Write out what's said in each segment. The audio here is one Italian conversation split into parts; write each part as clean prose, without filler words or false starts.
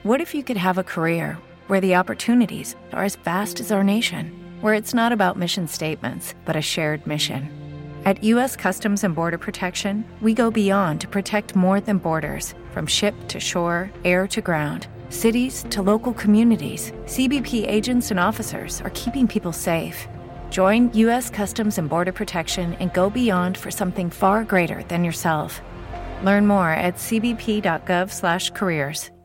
What if you could have a career where the opportunities are as vast as our nation, where it's not about mission statements, but a shared mission? At U.S. Customs and Border Protection, we go beyond to protect more than borders. From ship to shore, air to ground, cities to local communities, CBP agents and officers are keeping people safe. Join U.S. Customs and Border Protection and go beyond for something far greater than yourself. Learn more at cbp.gov/careers.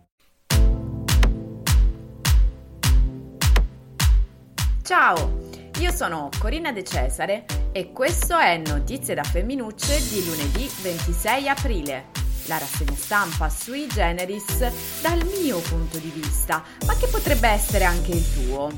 Ciao, io sono Corinna De Cesare e questo è Notizie da Femminucce di lunedì 26 aprile. La rassegna stampa sui generis dal mio punto di vista, ma che potrebbe essere anche il tuo.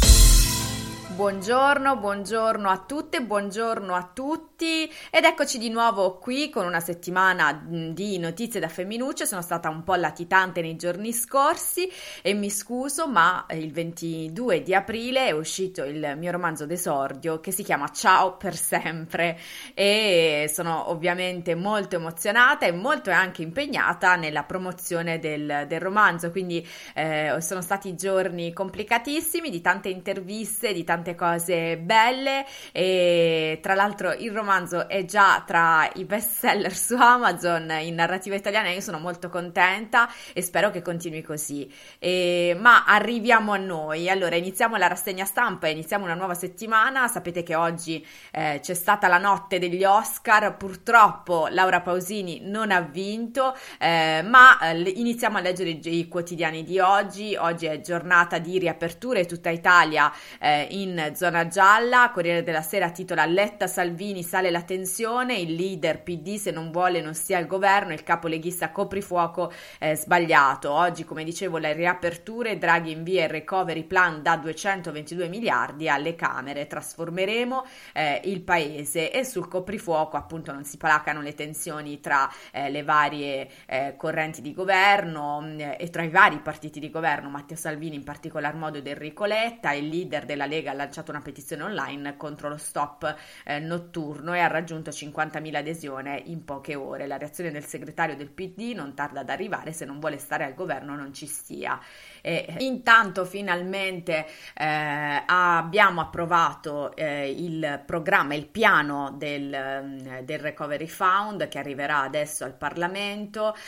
Buongiorno a tutte, buongiorno a tutti ed eccoci di nuovo qui con una settimana di Notizie da Femminucce. Sono stata un po' latitante nei giorni scorsi e mi scuso, ma il 22 di aprile è uscito il mio romanzo d'esordio che si chiama Ciao per sempre e sono ovviamente molto emozionata e molto anche impegnata nella promozione del romanzo, quindi sono stati giorni complicatissimi, di tante interviste, di tante cose belle e tra l'altro il romanzo è già tra i best seller su Amazon in narrativa italiana e io sono molto contenta e spero che continui così. Ma arriviamo a noi. Allora, iniziamo la rassegna stampa, iniziamo una nuova settimana. Sapete che oggi c'è stata la notte degli Oscar, purtroppo Laura Pausini non ha vinto, ma iniziamo a leggere i quotidiani di oggi. Oggi è giornata di riaperture, tutta Italia in zona gialla. Corriere della Sera titola Letta Salvini sale la tensione, il leader PD se non vuole non stia al governo, il capo leghista coprifuoco sbagliato. Oggi, come dicevo, le riaperture, Draghi invia il recovery plan da 222 miliardi alle Camere, trasformeremo il paese. E sul coprifuoco appunto non si placano le tensioni tra le varie correnti di governo e tra i vari partiti di governo. Matteo Salvini in particolar modo ed Enrico Letta, il leader della Lega, ha lanciato una petizione online contro lo stop notturno e ha raggiunto 50.000 adesioni in poche ore. La reazione del segretario del PD non tarda ad arrivare, se non vuole stare al governo non ci stia. Intanto finalmente abbiamo approvato il programma, il piano del Recovery Fund che arriverà adesso al Parlamento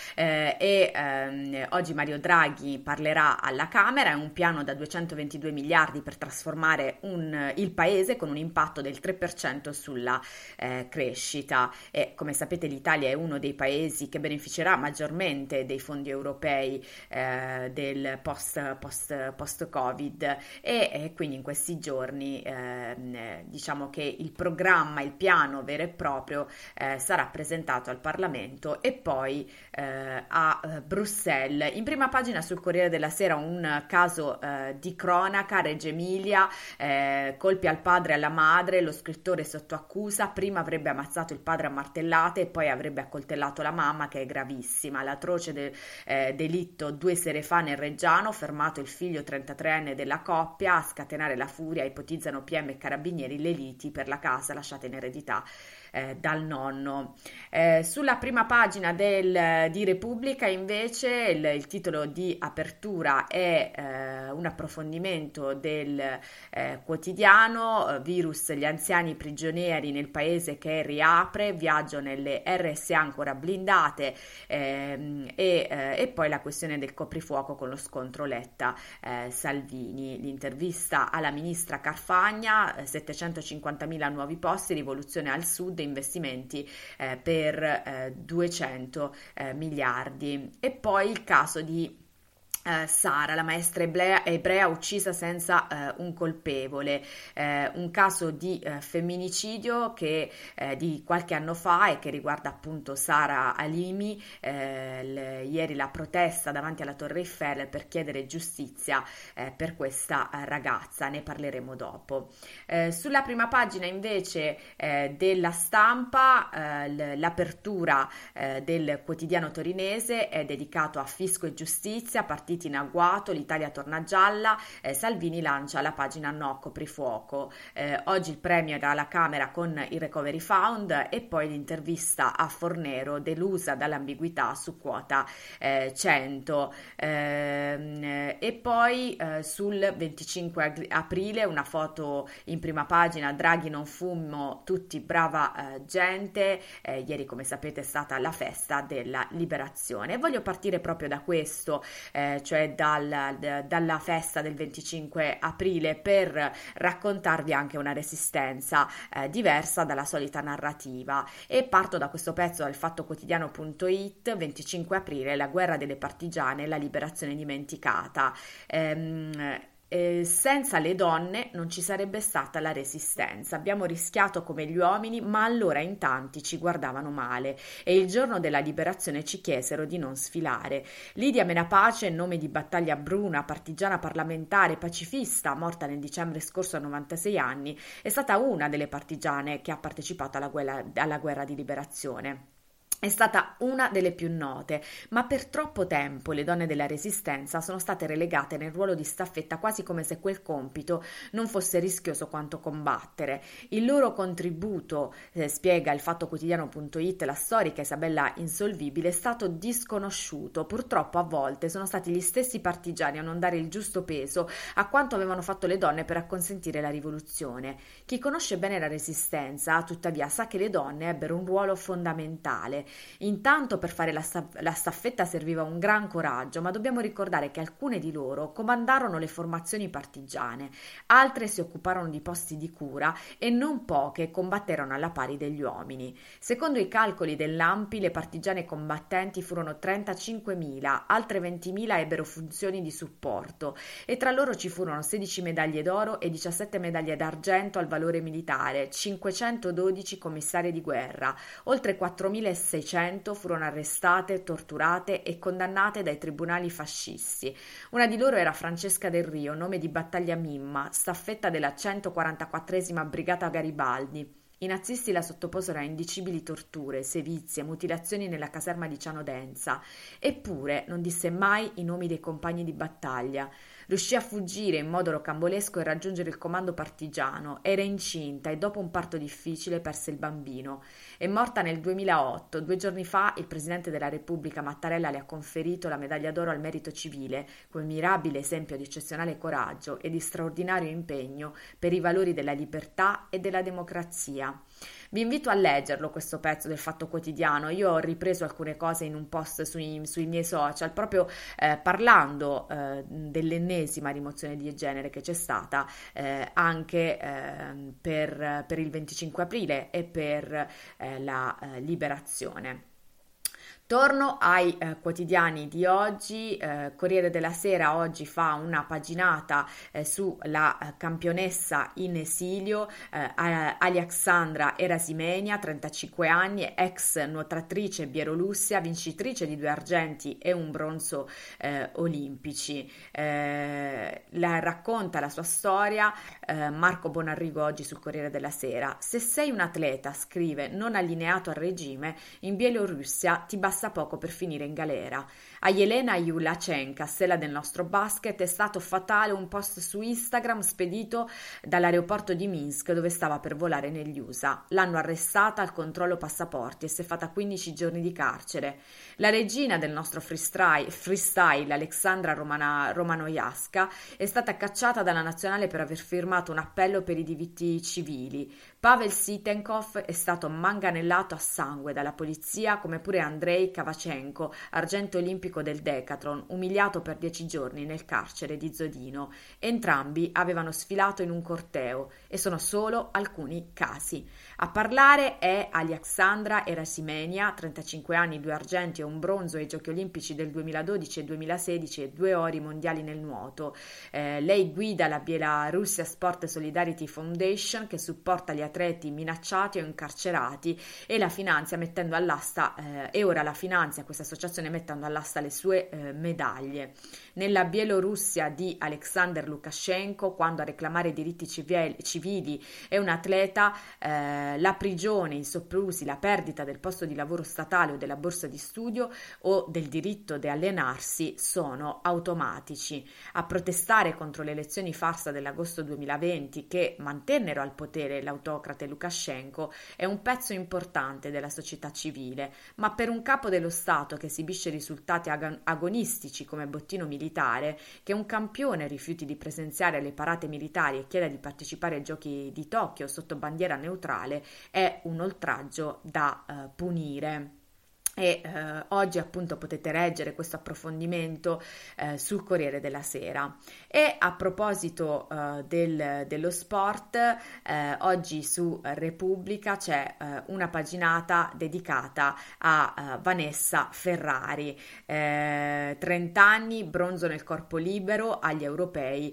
oggi Mario Draghi parlerà alla Camera. È un piano da 222 miliardi per trasformare il paese con un impatto del 3% sulla crescita e come sapete l'Italia è uno dei paesi che beneficerà maggiormente dei fondi europei del post-Covid e quindi in questi giorni diciamo che il programma, il piano vero e proprio sarà presentato al Parlamento e poi a Bruxelles. In prima pagina sul Corriere della Sera un caso di cronaca, Reggio Emilia, colpi al padre e alla madre, lo scrittore sotto accusa, prima avrebbe ammazzato il padre a martellate e poi avrebbe accoltellato la mamma, che è gravissima. L'atroce delitto 2 sere fa nel Reggiano, fermato il figlio 33enne della coppia, a scatenare la furia ipotizzano PM e carabinieri le liti per la casa lasciata in eredità dal nonno. Sulla prima pagina di Repubblica invece il titolo di apertura è un approfondimento del quotidiano, virus, gli anziani prigionieri nel paese che riapre, viaggio nelle RSA ancora blindate e poi la questione del coprifuoco con lo scontro Letta-Salvini, l'intervista alla ministra Carfagna, 750.000 nuovi posti, rivoluzione al sud, investimenti per 200 miliardi. E poi il caso di Sara, la maestra ebrea uccisa senza un colpevole, un caso di femminicidio che di qualche anno fa e che riguarda appunto Sara Halimi. Ieri la protesta davanti alla Torre Eiffel per chiedere giustizia per questa ragazza, ne parleremo dopo. Sulla prima pagina invece della Stampa l'apertura del quotidiano torinese è dedicato a fisco e giustizia, partiti partiti in agguato, l'Italia torna gialla, Salvini lancia la pagina no coprifuoco. Oggi il premier alla Camera con il Recovery Fund e poi l'intervista a Fornero, delusa dall'ambiguità su quota 100. E poi sul 25 aprile una foto in prima pagina: Draghi non fumo, tutti brava gente. Ieri, come sapete, è stata la festa della liberazione. E voglio partire proprio da questo, cioè dalla festa del 25 aprile, per raccontarvi anche una resistenza diversa dalla solita narrativa. E parto da questo pezzo dal fattoquotidiano.it, 25 aprile, la guerra delle partigiane, la liberazione dimenticata. Senza le donne non ci sarebbe stata la resistenza. Abbiamo rischiato come gli uomini, ma allora in tanti ci guardavano male e il giorno della liberazione ci chiesero di non sfilare. Lidia Menapace, nome di battaglia bruna, partigiana parlamentare, pacifista, morta nel dicembre scorso a 96 anni, è stata una delle partigiane che ha partecipato alla guerra di liberazione. È stata una delle più note, ma per troppo tempo le donne della Resistenza sono state relegate nel ruolo di staffetta, quasi come se quel compito non fosse rischioso quanto combattere. Il loro contributo, spiega il fattoquotidiano.it, la storica Isabella Insolvibile, è stato disconosciuto. Purtroppo a volte sono stati gli stessi partigiani a non dare il giusto peso a quanto avevano fatto le donne per acconsentire la rivoluzione. Chi conosce bene la Resistenza, tuttavia, sa che le donne ebbero un ruolo fondamentale. Intanto per fare la staffetta serviva un gran coraggio, ma dobbiamo ricordare che alcune di loro comandarono le formazioni partigiane, altre si occuparono di posti di cura e non poche combatterono alla pari degli uomini. Secondo i calcoli dell'ANPI, le partigiane combattenti furono 35.000, altre 20.000 ebbero funzioni di supporto e tra loro ci furono 16 medaglie d'oro e 17 medaglie d'argento al valore militare, 512 commissari di guerra, oltre 4.600 furono arrestate, torturate e condannate dai tribunali fascisti. Una di loro era Francesca Del Rio, nome di battaglia Mimma, staffetta della 144esima Brigata Garibaldi. I nazisti la sottoposero a indicibili torture, sevizie, mutilazioni nella caserma di Ciano d'Enza. Eppure non disse mai i nomi dei compagni di battaglia. Riuscì a fuggire in modo rocambolesco e raggiungere il comando partigiano. Era incinta e dopo un parto difficile perse il bambino. È morta nel 2008. 2 giorni fa il Presidente della Repubblica Mattarella le ha conferito la medaglia d'oro al merito civile, quel mirabile esempio di eccezionale coraggio e di straordinario impegno per i valori della libertà e della democrazia. Vi invito a leggerlo questo pezzo del Fatto Quotidiano. Io ho ripreso alcune cose in un post sui miei social, proprio parlando dell'ennesima rimozione di genere che c'è stata anche per il 25 aprile e per la liberazione. Torno ai quotidiani di oggi. Corriere della Sera oggi fa una paginata sulla campionessa in esilio Alexandra Erasimenia, 35 anni, ex nuotatrice bielorussia, vincitrice di 2 argenti e un bronzo olimpici. Racconta la sua storia Marco Bonarrigo oggi sul Corriere della Sera. Se sei un atleta, scrive, non allineato al regime, in Bielorussia ti basta poco per finire in galera. A Jelena Julachenka, stella del nostro basket, è stato fatale un post su Instagram spedito dall'aeroporto di Minsk dove stava per volare negli USA. L'hanno arrestata al controllo passaporti e si è fatta 15 giorni di carcere. La regina del nostro freestyle Alexandra Romanojaska, è stata cacciata dalla nazionale per aver firmato un appello per i diritti civili. Pavel Sitenkov è stato manganellato a sangue dalla polizia, come pure Andrei Kavachenko, argento olimpico del decathlon, umiliato per 10 giorni nel carcere di Zodino. Entrambi avevano sfilato in un corteo e sono solo alcuni casi. A parlare è Alexandra Erasimenia, 35 anni, 2 argenti e un bronzo ai Giochi Olimpici del 2012 e 2016 e 2 ori mondiali nel nuoto. Lei guida la Bielorussia Sport Solidarity Foundation, che supporta gli atleti minacciati o incarcerati e la finanzia mettendo all'asta e ora la finanzia questa associazione mettendo all'asta le sue medaglie. Nella Bielorussia di Alexander Lukashenko, quando a reclamare i diritti civili è un atleta, la prigione, i soprusi, la perdita del posto di lavoro statale o della borsa di studio o del diritto di allenarsi sono automatici. A protestare contro le elezioni farsa dell'agosto 2020 che mantennero al potere l'autocrate Lukashenko è un pezzo importante della società civile, ma per un capo dello Stato che esibisce risultati agonistici come bottino militare, che un campione rifiuti di presenziare alle parate militari e chieda di partecipare ai giochi di Tokyo sotto bandiera neutrale, è un oltraggio da punire. E oggi appunto potete leggere questo approfondimento sul Corriere della Sera. E a proposito dello sport, oggi su Repubblica c'è una paginata dedicata a Vanessa Ferrari, 30 anni, bronzo nel corpo libero agli europei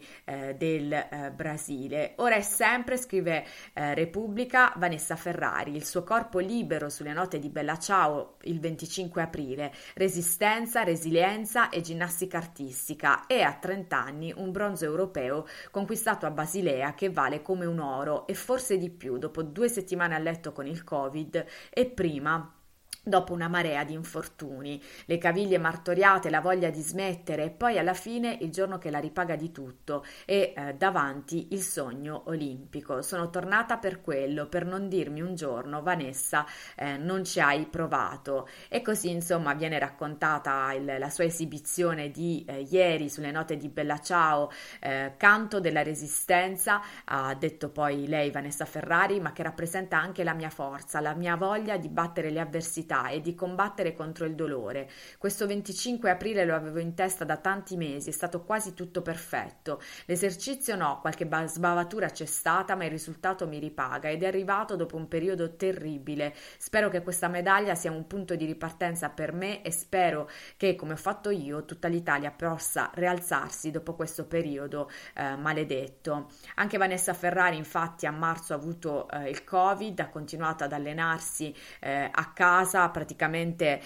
del Brasile. Ora è sempre, scrive Repubblica, Vanessa Ferrari, il suo corpo libero sulle note di Bella Ciao il 25 aprile, resistenza, resilienza e ginnastica artistica, e a 30 anni un bronzo europeo conquistato a Basilea che vale come un oro e forse di più dopo 2 settimane a letto con il Covid e prima dopo una marea di infortuni, le caviglie martoriate, la voglia di smettere e poi alla fine il giorno che la ripaga di tutto e davanti il sogno olimpico. Sono tornata per quello, per non dirmi un giorno Vanessa non ci hai provato. E così insomma viene raccontata la sua esibizione di ieri sulle note di Bella Ciao, canto della resistenza, ha detto poi lei Vanessa Ferrari, ma che rappresenta anche la mia forza, la mia voglia di battere le avversità e di combattere contro il dolore. Questo 25 aprile lo avevo in testa da tanti mesi, è stato quasi tutto perfetto. L'esercizio no, qualche sbavatura c'è stata, ma il risultato mi ripaga ed è arrivato dopo un periodo terribile. Spero che questa medaglia sia un punto di ripartenza per me e spero che, come ho fatto io, tutta l'Italia possa rialzarsi dopo questo periodo maledetto. Anche Vanessa Ferrari infatti a marzo ha avuto il Covid, ha continuato ad allenarsi a casa, praticamente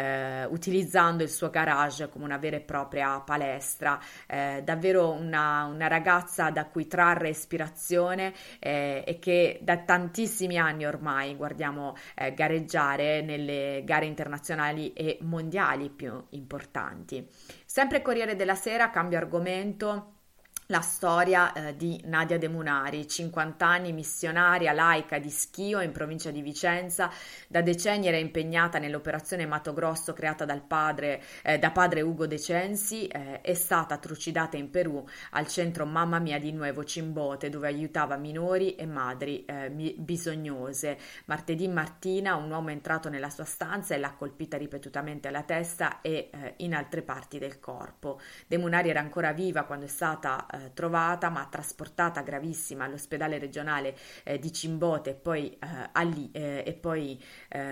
utilizzando il suo garage come una vera e propria palestra. Davvero una ragazza da cui trarre ispirazione e che da tantissimi anni ormai guardiamo gareggiare nelle gare internazionali e mondiali più importanti. Sempre Corriere della Sera, cambio argomento. La storia di Nadia De Munari, 50 anni, missionaria laica di Schio in provincia di Vicenza, da decenni era impegnata nell'operazione Mato Grosso creata da padre Ugo De Censi, è stata trucidata in Perù al centro Mamma Mia di Nuevo Cimbote, dove aiutava minori e madri bisognose. Martedì mattina un uomo è entrato nella sua stanza e l'ha colpita ripetutamente alla testa e in altre parti del corpo. De Munari era ancora viva quando è stata trovata, ma trasportata gravissima all'ospedale regionale di Cimbote e poi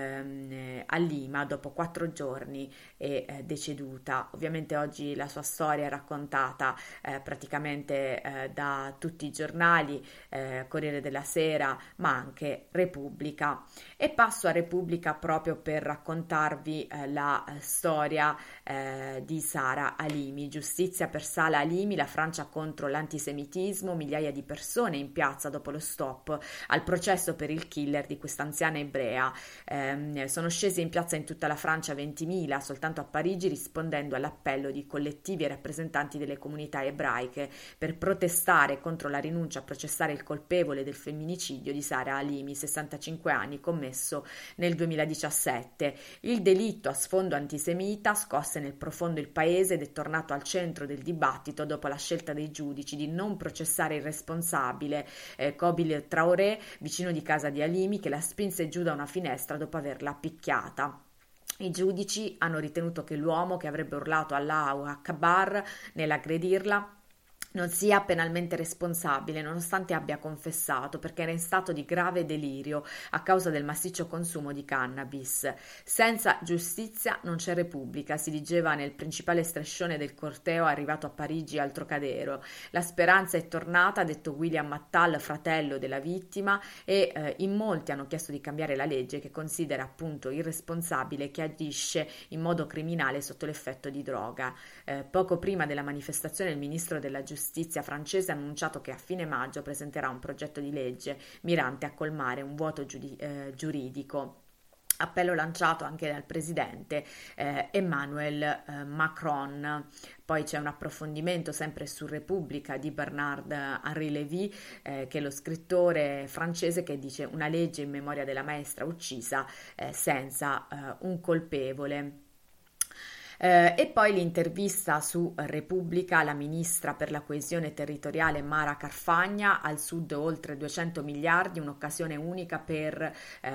a Lima. Dopo 4 giorni è deceduta. Ovviamente oggi la sua storia è raccontata praticamente da tutti i giornali, Corriere della Sera, ma anche Repubblica. E passo a Repubblica proprio per raccontarvi la storia di Sara Halimi. Giustizia per Sara Halimi, la Francia contro l'antisemitismo, migliaia di persone in piazza dopo lo stop al processo per il killer di questa anziana ebrea. Sono scesi in piazza in tutta la Francia 20.000, soltanto a Parigi, rispondendo all'appello di collettivi e rappresentanti delle comunità ebraiche per protestare contro la rinuncia a processare il colpevole del femminicidio di Sara Halimi, 65 anni, commesso nel 2017. Il delitto a sfondo antisemita scosse nel profondo il paese ed è tornato al centro del dibattito dopo la scelta dei giudici di non processare il responsabile Kobil Traoré, vicino di casa di Halimi, che la spinse giù da una finestra dopo averla picchiata. I giudici hanno ritenuto che l'uomo, che avrebbe urlato Allahu Akbar nell'aggredirla, non sia penalmente responsabile, nonostante abbia confessato, perché era in stato di grave delirio a causa del massiccio consumo di cannabis. Senza giustizia non c'è repubblica, si leggeva nel principale striscione del corteo arrivato a Parigi al Trocadero. La speranza è tornata, ha detto William Mattal, fratello della vittima, e in molti hanno chiesto di cambiare la legge che considera appunto irresponsabile chi agisce in modo criminale sotto l'effetto di droga. Poco prima della manifestazione il ministro della giustizia francese ha annunciato che a fine maggio presenterà un progetto di legge mirante a colmare un vuoto giuridico. Appello lanciato anche dal presidente Emmanuel Macron. Poi c'è un approfondimento sempre su Repubblica di Bernard-Henri Lévy, che è lo scrittore francese, che dice una legge in memoria della maestra uccisa senza un colpevole. E poi l'intervista su Repubblica alla ministra per la coesione territoriale Mara Carfagna: al sud oltre 200 miliardi, un'occasione unica per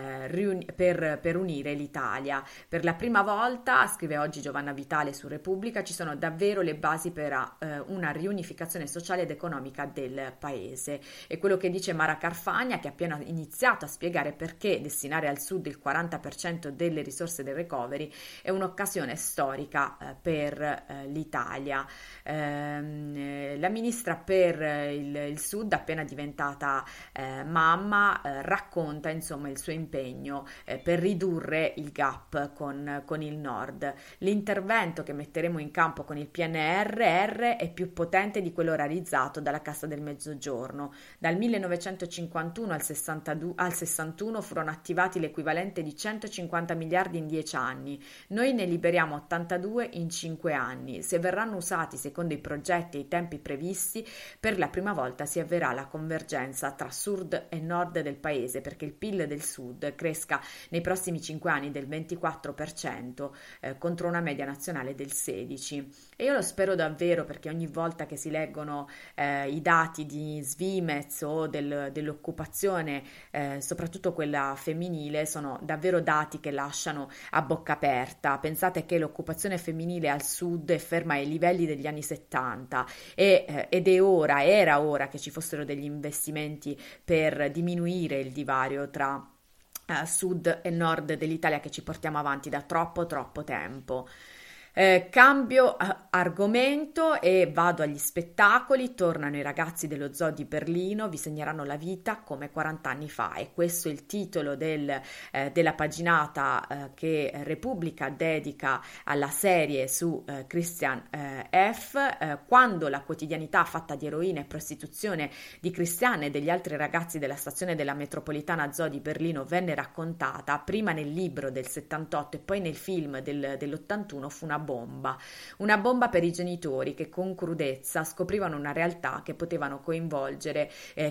unire l'Italia. Per la prima volta, scrive oggi Giovanna Vitale su Repubblica, ci sono davvero le basi per una riunificazione sociale ed economica del paese. E quello che dice Mara Carfagna, che ha appena iniziato a spiegare perché destinare al sud il 40% delle risorse del recovery è un'occasione storica per l'Italia. La ministra per il Sud, appena diventata mamma, racconta insomma il suo impegno per ridurre il gap con il Nord. L'intervento che metteremo in campo con il PNRR è più potente di quello realizzato dalla Cassa del Mezzogiorno. Dal 1951 al 61 furono attivati l'equivalente di 150 miliardi in 10 anni. Noi ne liberiamo 82 in 5 anni. Se verranno usati secondo i progetti e i tempi previsti, per la prima volta si avverrà la convergenza tra sud e nord del paese, perché il PIL del sud cresca nei prossimi 5 anni del 24%, contro una media nazionale del 16%. E io lo spero davvero, perché ogni volta che si leggono i dati di Svimez o dell'occupazione, soprattutto quella femminile, sono davvero dati che lasciano a bocca aperta. Pensate che l'occupazione femminile al sud è ferma ai livelli degli anni 70 ed era ora che ci fossero degli investimenti per diminuire il divario tra sud e nord dell'Italia, che ci portiamo avanti da troppo tempo. Cambio argomento e vado agli spettacoli. Tornano i ragazzi dello Zoo di Berlino, vi segneranno la vita come 40 anni fa, e questo è il titolo della paginata che Repubblica dedica alla serie su Christian F. Quando la quotidianità fatta di eroina e prostituzione di Christian e degli altri ragazzi della stazione della metropolitana Zoo di Berlino venne raccontata, prima nel libro del 78 e poi nel film dell'81, fu una bomba per i genitori, che con crudezza scoprivano una realtà che poteva coinvolgere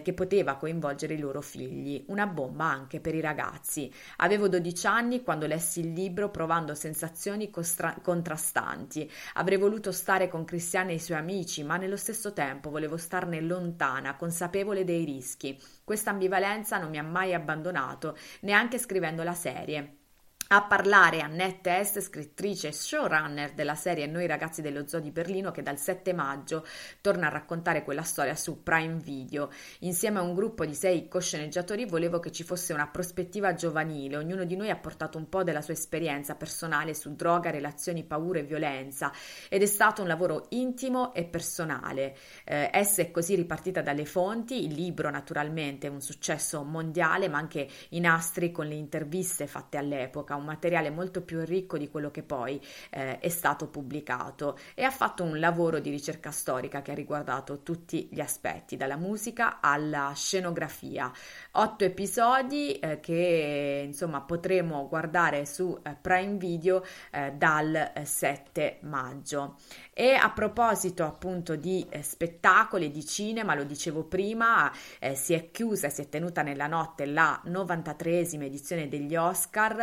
i loro figli, una bomba anche per i ragazzi. Avevo 12 anni quando lessi il libro, provando sensazioni contrastanti. Avrei voluto stare con Cristiano e i suoi amici, ma nello stesso tempo volevo starne lontana, consapevole dei rischi. Questa ambivalenza non mi ha mai abbandonato, neanche scrivendo la serie. A parlare Annette Est, scrittrice e showrunner della serie Noi ragazzi dello Zoo di Berlino, che dal 7 maggio torna a raccontare quella storia su Prime Video. Insieme a un gruppo di 6 cosceneggiatori volevo che ci fosse una prospettiva giovanile. Ognuno di noi ha portato un po' della sua esperienza personale su droga, relazioni, paure e violenza, ed è stato un lavoro intimo e personale. Essa è così ripartita dalle fonti. Il libro naturalmente è un successo mondiale, ma anche i nastri con le interviste fatte all'epoca, un materiale molto più ricco di quello che poi è stato pubblicato, e ha fatto un lavoro di ricerca storica che ha riguardato tutti gli aspetti, dalla musica alla scenografia. 8 episodi che insomma potremo guardare su Prime Video dal 7 maggio. E a proposito appunto di spettacoli e di cinema, lo dicevo prima, si è tenuta nella notte la 93esima edizione degli Oscar,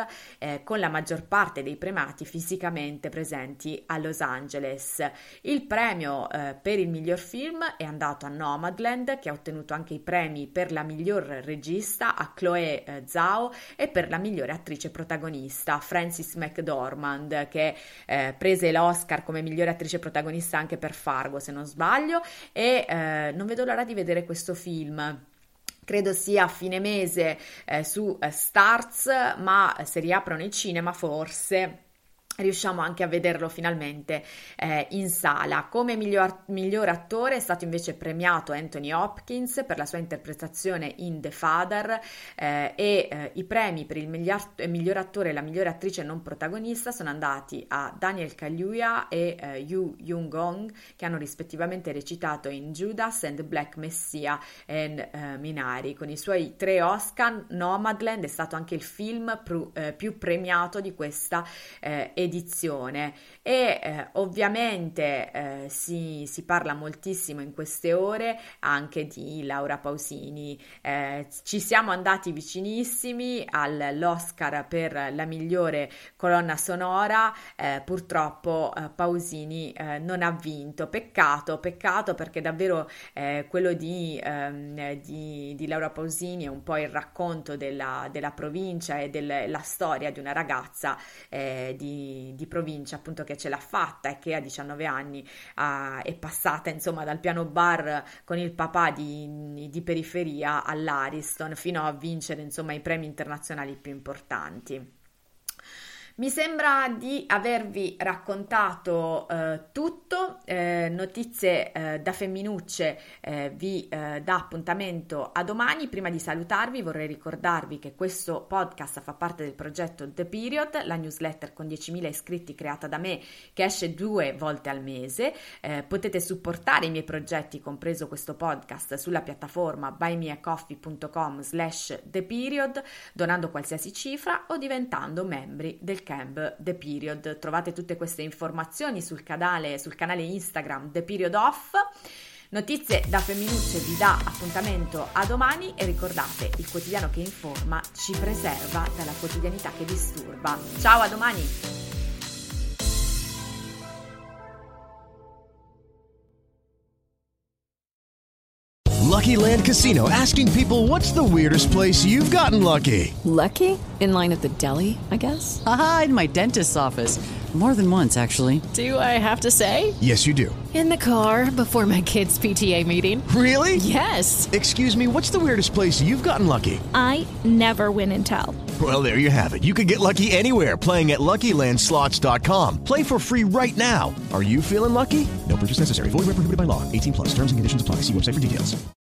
con la maggior parte dei premiati fisicamente presenti a Los Angeles. Il premio per il miglior film è andato a Nomadland, che ha ottenuto anche i premi per la miglior regista a Chloé Zhao e per la migliore attrice protagonista Frances McDormand, che prese l'Oscar come migliore attrice protagonista anche per Fargo, se non sbaglio, e non vedo l'ora di vedere questo film. Credo sia a fine mese su Starz, ma se riaprono i cinema forse riusciamo anche a vederlo finalmente in sala. Come miglior attore è stato invece premiato Anthony Hopkins per la sua interpretazione in The Father, e i premi per il miglior attore e la migliore attrice non protagonista sono andati a Daniel Kaluuya e Yu Jung-hong, che hanno rispettivamente recitato in Judas and the Black Messiah e Minari. Con i suoi 3 Oscar, Nomadland è stato anche il film più premiato di questa edizione, e ovviamente si parla moltissimo in queste ore anche di Laura Pausini. Ci siamo andati vicinissimi all'Oscar per la migliore colonna sonora, purtroppo Pausini non ha vinto. Peccato perché davvero quello di Laura Pausini è un po' il racconto della provincia e della storia di una ragazza di provincia, appunto, che ce l'ha fatta e che a 19 anni è passata insomma dal piano bar con il papà di periferia all'Ariston fino a vincere insomma i premi internazionali più importanti. Mi sembra di avervi raccontato tutto. Notizie da femminucce vi dà appuntamento a domani. Prima di salutarvi vorrei ricordarvi che questo podcast fa parte del progetto The Period, la newsletter con 10.000 iscritti creata da me, che esce 2 volte al mese. Potete supportare i miei progetti, compreso questo podcast, sulla piattaforma buymeacoffee.com/theperiod, donando qualsiasi cifra o diventando membri del Camp The Period. Trovate tutte queste informazioni sul canale Instagram The Period Off. Notizie da femminucce vi dà appuntamento a domani, e ricordate, il quotidiano che informa ci preserva dalla quotidianità che disturba. Ciao, a domani! Lucky Land Casino, asking people, what's the weirdest place you've gotten lucky? Lucky? In line at the deli, I guess? Aha, in my dentist's office. More than once, actually. Do I have to say? Yes, you do. In the car before my kids' PTA meeting. Really? Yes. Excuse me, what's the weirdest place you've gotten lucky? I never win and tell. Well, there you have it. You can get lucky anywhere, playing at LuckyLandSlots.com. Play for free right now. Are you feeling lucky? No purchase necessary. Void where prohibited by law. 18+. Terms and conditions apply. See website for details.